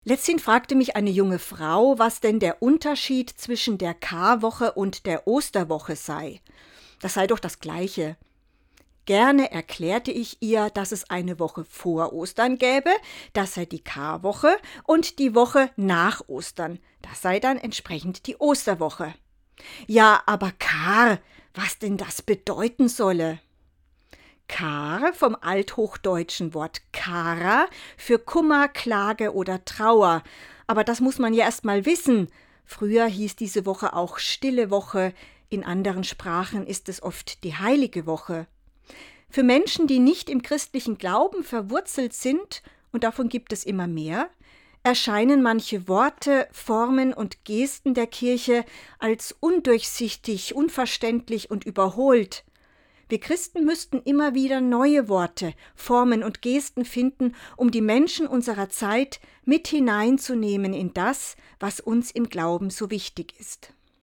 Letzthin fragte mich eine junge Frau, was denn der Unterschied zwischen der Karwoche und der Osterwoche sei. Das sei doch das Gleiche. Gerne erklärte ich ihr, dass es eine Woche vor Ostern gäbe, das sei die Karwoche, und die Woche nach Ostern, das sei dann entsprechend die Osterwoche. Ja, aber Kar, was denn das bedeuten solle? Kar vom althochdeutschen Wort Kara für Kummer, Klage oder Trauer. Aber das muss man ja erst mal wissen. Früher hieß diese Woche auch Stille Woche, in anderen Sprachen ist es oft die Heilige Woche. Für Menschen, die nicht im christlichen Glauben verwurzelt sind, und davon gibt es immer mehr, erscheinen manche Worte, Formen und Gesten der Kirche als undurchsichtig, unverständlich und überholt. Wir Christen müssten immer wieder neue Worte, Formen und Gesten finden, um die Menschen unserer Zeit mit hineinzunehmen in das, was uns im Glauben so wichtig ist.